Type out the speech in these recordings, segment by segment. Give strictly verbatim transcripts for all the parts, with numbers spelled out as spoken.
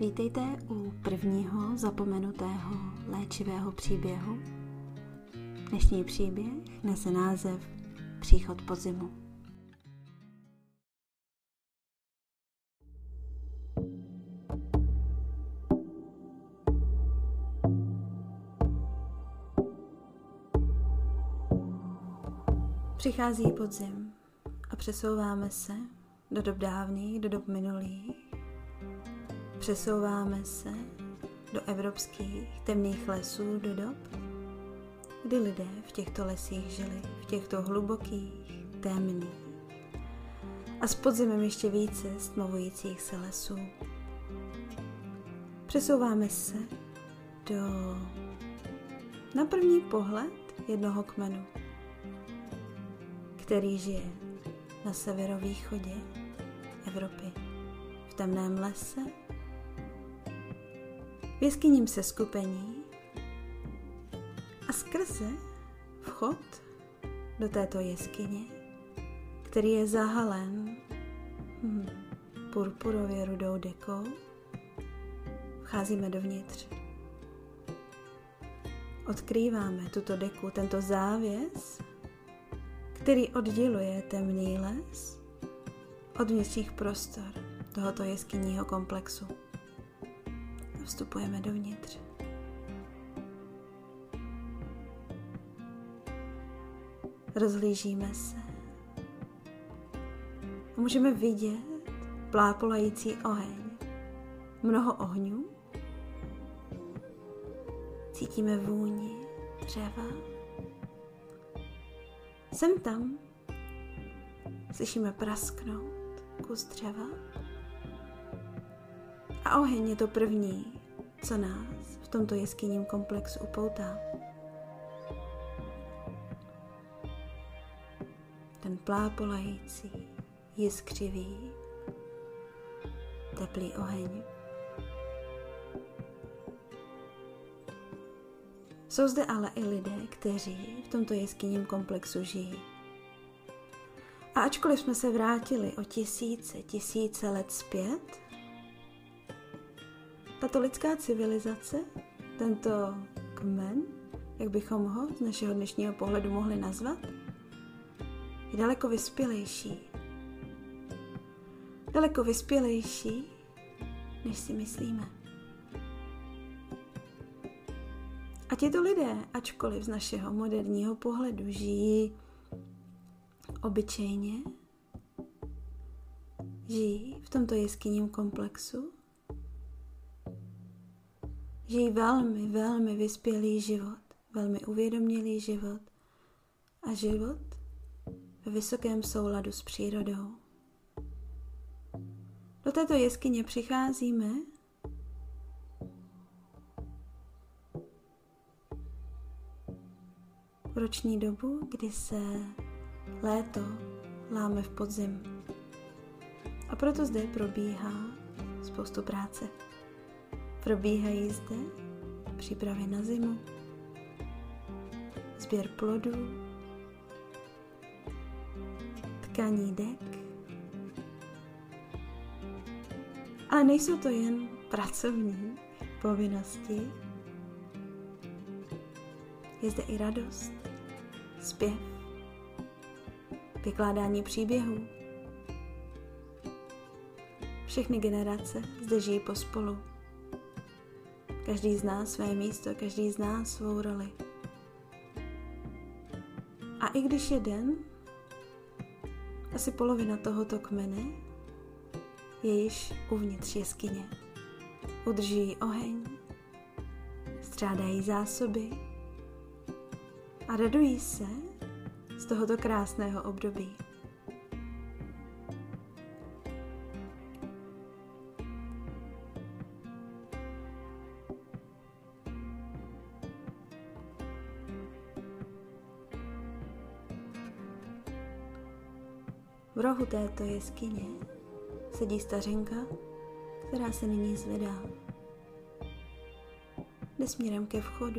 Vítejte u prvního zapomenutého léčivého příběhu. Dnešní příběh nese název Příchod podzimu. Přichází podzim a přesouváme se do dob dávných, do dob minulých. Přesouváme se do evropských temných lesů, do dob, kdy lidé v těchto lesích žili, v těchto hlubokých, temných a s podzimem ještě více stmavujících se lesů. Přesouváme se do, na první pohled, jednoho kmenu, který žije na severovýchodě Evropy, v temném lese, v jeskyním seskupení a skrze vchod do této jeskyně, který je zahalen hmm, purpurově rudou dekou, vcházíme dovnitř. Odkrýváme tuto deku, tento závěs, který odděluje temný les od vnitřních prostor tohoto jeskynního komplexu. Vstupujeme dovnitř. Rozhlížíme se. A můžeme vidět plápolající oheň. Mnoho ohňů. Cítíme vůni dřeva. Sem tam slyšíme prasknout kus dřeva. A oheň je to první, co nás v tomto jeskynním komplexu upoutá. Ten plápolající, jiskřivý, teplý oheň. Jsou zde ale i lidé, kteří v tomto jeskynním komplexu žijí. A ačkoliv jsme se vrátili o tisíce, tisíce let zpět, tato lidská civilizace, tento kmen, jak bychom ho z našeho dnešního pohledu mohli nazvat, je daleko vyspělejší. Daleko vyspělejší, než si myslíme. A tito lidé, ačkoliv z našeho moderního pohledu žijí obyčejně, žijí v tomto jeskynním komplexu, žijí velmi, velmi vyspělý život, velmi uvědomělý život a život ve vysokém souladu s přírodou. Do této jeskyně přicházíme v roční dobu, kdy se léto láme v podzim. A proto zde probíhá spoustu práce. Probíhají zde přípravy na zimu, sběr plodů, tkaní dek. Ale nejsou to jen pracovní povinnosti. Je zde i radost, zpěv, vykládání příběhů. Všechny generace zde žijí pospolu. Každý zná své místo, každý zná svou roli. A i když je den, asi polovina tohoto kmene je již uvnitř jeskyně. Udržují oheň, střádají zásoby a radují se z tohoto krásného období. V rohu této jeskyně sedí stařenka, která se nyní zvedá. Jde směrem ke vchodu.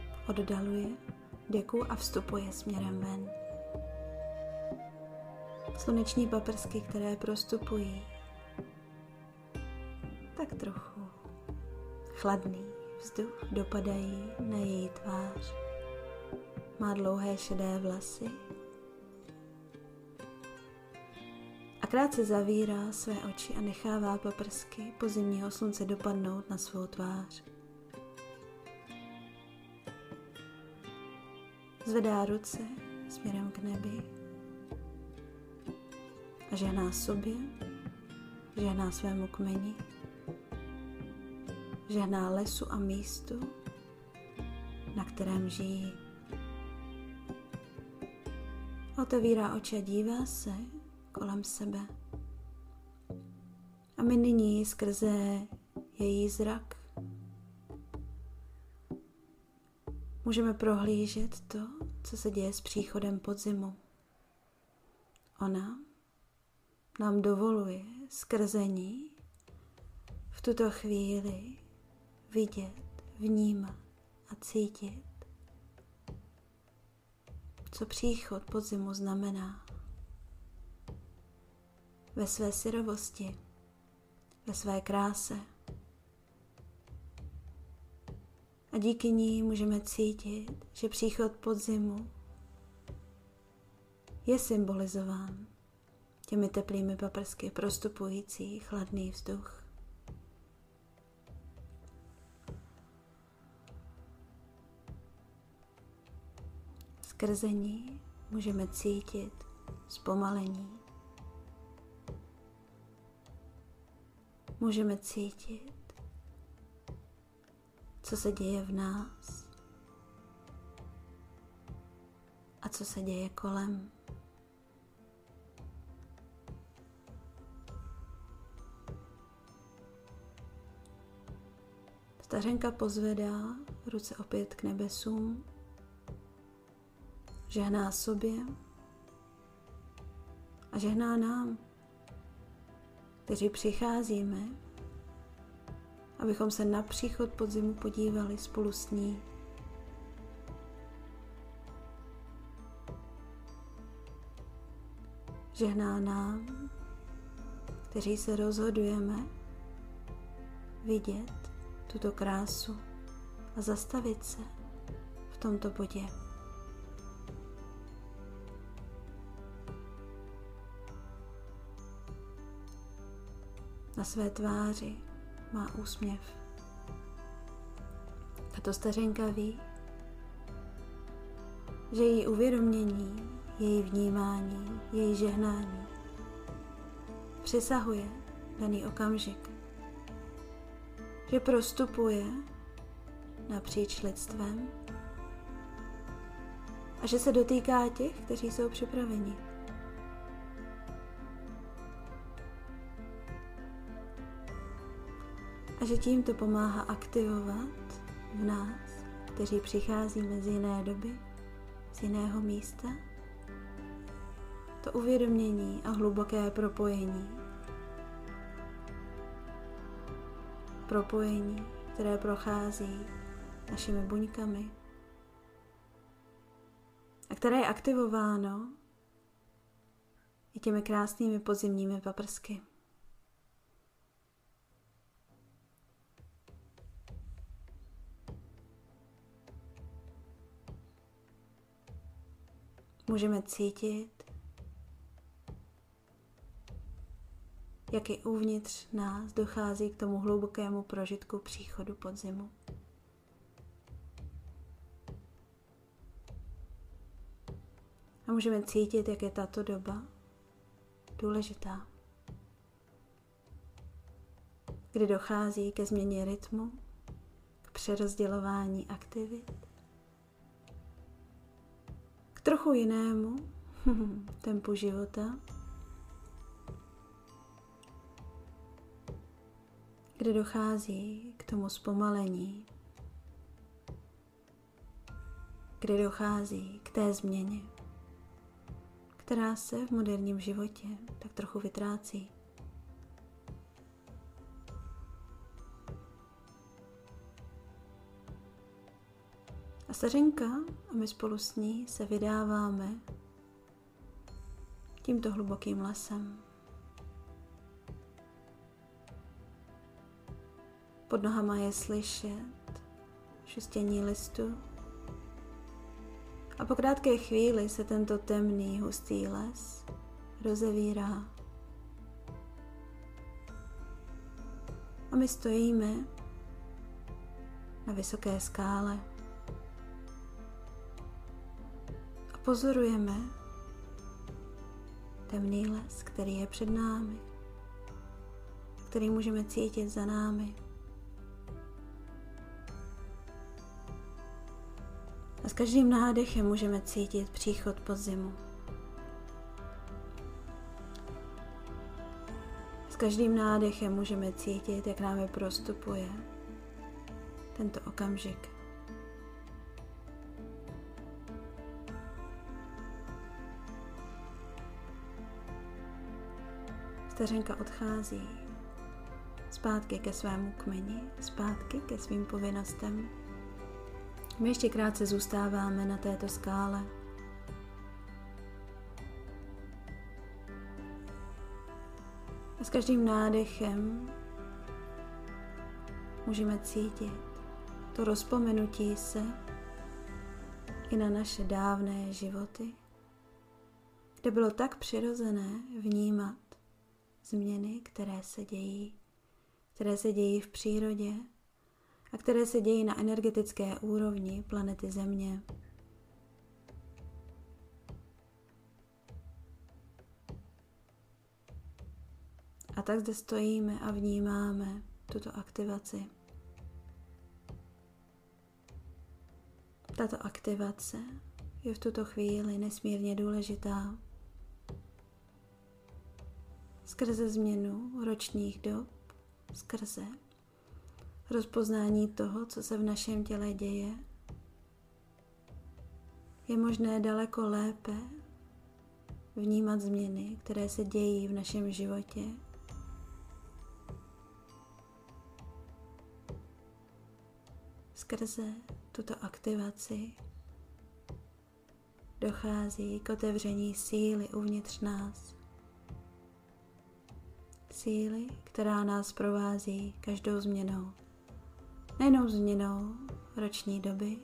Oddaluje deku a vstupuje směrem ven. sluneční paprsky, které prostupují tak trochu chladný vzduch, dopadají na její tvář. Má dlouhé šedé vlasy a krátce zavírá své oči a nechává paprsky podzimního slunce dopadnout na svou tvář. Zvedá ruce směrem k nebi a žehná sobě, žehná svému kmeni, žehná lesu a místu, na kterém žijí. Otevírá oči a dívá se kolem sebe. A my nyní skrze její zrak můžeme prohlížet to, co se děje s příchodem podzimu. Ona nám dovoluje skrze ní v tuto chvíli vidět, vnímat a cítit, co příchod podzimu znamená. Ve své syrovosti, ve své kráse. A díky ní můžeme cítit, že příchod podzimu je symbolizován těmi teplými paprsky prostupující chladný vzduch. Skrze ní můžeme cítit zpomalení. Můžeme cítit, co se děje v nás a co se děje kolem. Stařenka pozvedá ruce opět k nebesům, žehná sobě a žehná nám, kteří přicházíme, abychom se na příchod podzimu podívali spolu s ní. Žehná nám, kteří se rozhodujeme vidět tuto krásu a zastavit se v tomto bodě. Na své tváři má úsměv. Tato stařenka ví, že její uvědomění, její vnímání, její žehnání přesahuje daný okamžik, že prostupuje napříč lidstvem a že se dotýká těch, kteří jsou připraveni. A že tím to pomáhá aktivovat v nás, kteří přicházíme z jiné doby, z jiného místa, to uvědomění a hluboké propojení. Propojení, které prochází našimi buňkami a které je aktivováno i těmi krásnými podzimními paprsky. Můžeme cítit, jak i uvnitř nás dochází k tomu hlubokému prožitku příchodu podzimu. A můžeme cítit, jak je tato doba důležitá, kdy dochází ke změně rytmu, k přerozdělování aktivit, k trochu jinému tempu života, kde dochází k tomu zpomalení, kde dochází k té změně, která se v moderním životě tak trochu vytrácí. A stařenka a my spolu s ní se vydáváme tímto hlubokým lesem. Pod nohama je slyšet šustění listu a po krátké chvíli se tento temný, hustý les rozevírá. A my stojíme na vysoké skále a pozorujeme temný les, který je před námi, který můžeme cítit za námi. A s každým nádechem můžeme cítit příchod podzimu. S každým nádechem můžeme cítit, jak námi prostupuje tento okamžik. Vteřinka odchází zpátky ke svému kmeni, zpátky ke svým povinnostem. My ještě krátce zůstáváme na této skále. A s každým nádechem můžeme cítit to rozpomenutí se i na naše dávné životy, kde bylo tak přirozené vnímat změny, které se dějí, které se dějí v přírodě a které se dějí na energetické úrovni planety Země. A tak zde stojíme a vnímáme tuto aktivaci. Tato aktivace je v tuto chvíli nesmírně důležitá. Skrze změnu ročních dob, skrze rozpoznání toho, co se v našem těle děje, je možné daleko lépe vnímat změny, které se dějí v našem životě. Skrze tuto aktivaci dochází k otevření síly uvnitř nás. Síly, která nás provází každou změnou. Nejenom změnou roční doby,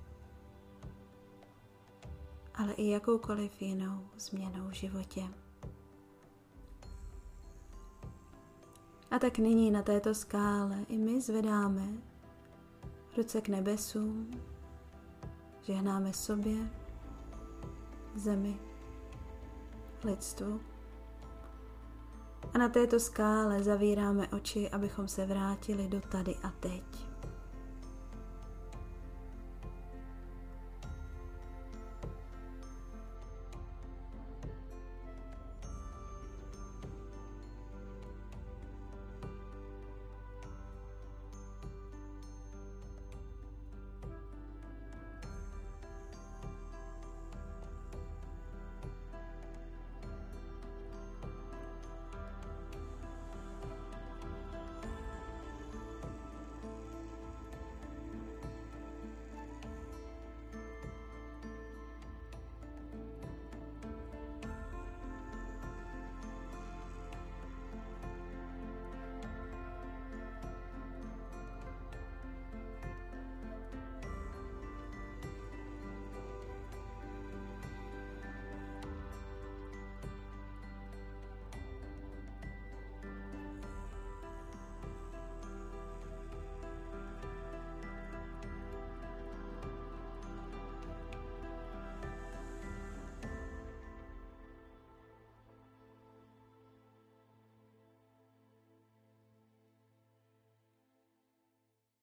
ale i jakoukoliv jinou změnou v životě. A tak nyní na této skále i my zvedáme ruce k nebesům, žehnáme sobě, zemi, lidstvu. A na této skále zavíráme oči, abychom se vrátili do tady a teď.